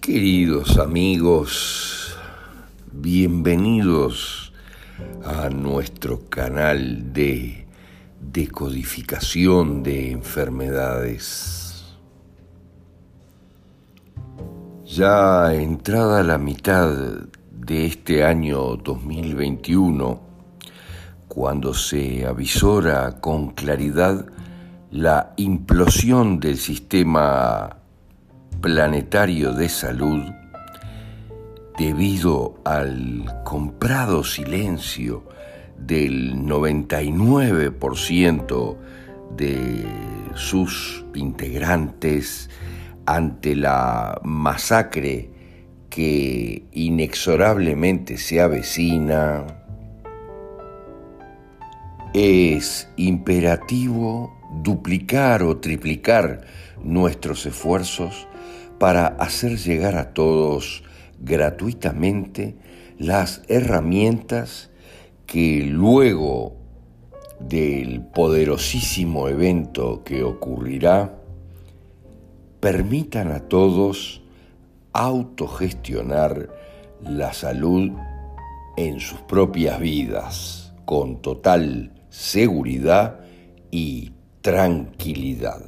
Queridos amigos, bienvenidos a nuestro canal de decodificación de enfermedades. Ya entrada la mitad de este año 2021, cuando se avisora con claridad la implosión del sistema planetario de salud debido al comprado silencio del 99% de sus integrantes ante la masacre que inexorablemente se avecina, es imperativo duplicar o triplicar nuestros esfuerzos para hacer llegar a todos gratuitamente las herramientas que luego del poderosísimo evento que ocurrirá permitan a todos autogestionar la salud en sus propias vidas con total seguridad y tranquilidad.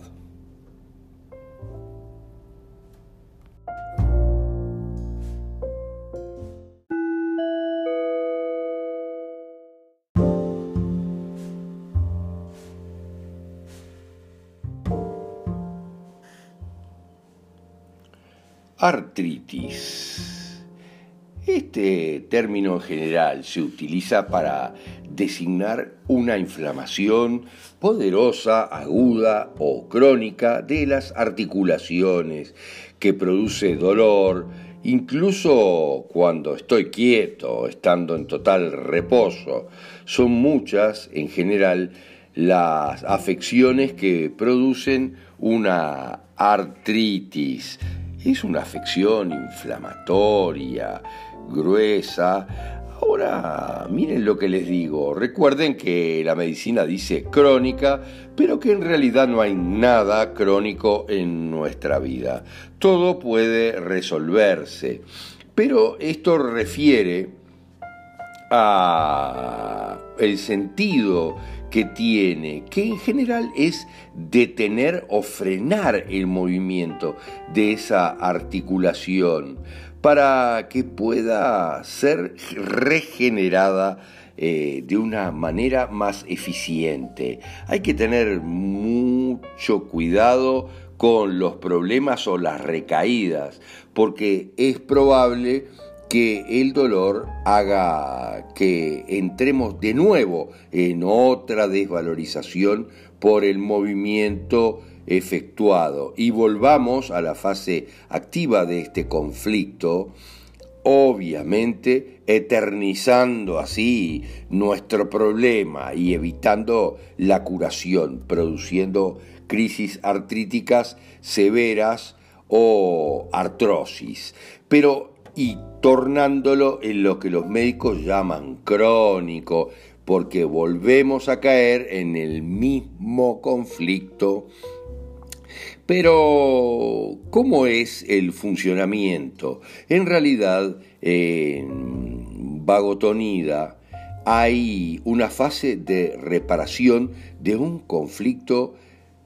Artritis. Este término en general se utiliza para designar una inflamación poderosa, aguda o crónica de las articulaciones que produce dolor, incluso cuando estoy quieto, estando en total reposo. Son muchas, en general, las afecciones que producen una artritis. Es una afección inflamatoria, gruesa. Ahora, miren lo que les digo. Recuerden que la medicina dice crónica, pero que en realidad no hay nada crónico en nuestra vida. Todo puede resolverse. Pero esto refiere a el sentido que tiene, que en general es detener o frenar el movimiento de esa articulación para que pueda ser regenerada de una manera más eficiente. Hay que tener mucho cuidado con los problemas o las recaídas, porque es probable que el dolor haga que entremos de nuevo en otra desvalorización por el movimiento efectuado y volvamos a la fase activa de este conflicto, obviamente eternizando así nuestro problema y evitando la curación, produciendo crisis artríticas severas o artrosis, y tornándolo en lo que los médicos llaman crónico, porque volvemos a caer en el mismo conflicto. Pero, ¿cómo es el funcionamiento? En realidad, en vagotonida hay una fase de reparación de un conflicto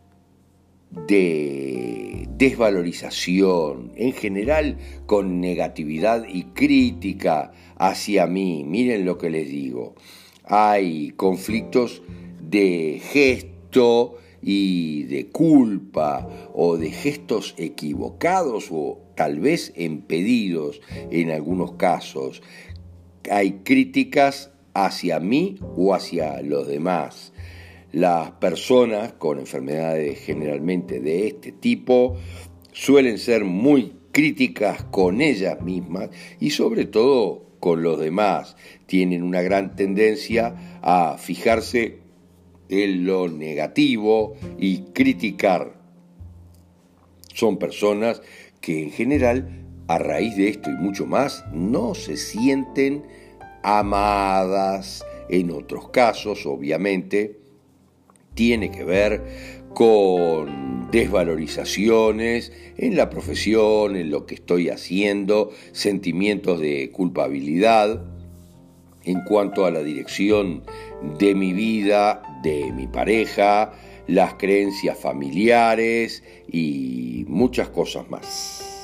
de desvalorización, en general con negatividad y crítica hacia mí. Miren lo que les digo. Hay conflictos de gesto y de culpa o de gestos equivocados o tal vez impedidos en algunos casos. Hay críticas hacia mí o hacia los demás. Las personas con enfermedades generalmente de este tipo suelen ser muy críticas con ellas mismas y sobre todo con los demás. Tienen una gran tendencia a fijarse en lo negativo y criticar. Son personas que en general, a raíz de esto y mucho más, no se sienten amadas. En otros casos, obviamente, tiene que ver con desvalorizaciones en la profesión, en lo que estoy haciendo, sentimientos de culpabilidad en cuanto a la dirección de mi vida, de mi pareja, las creencias familiares y muchas cosas más.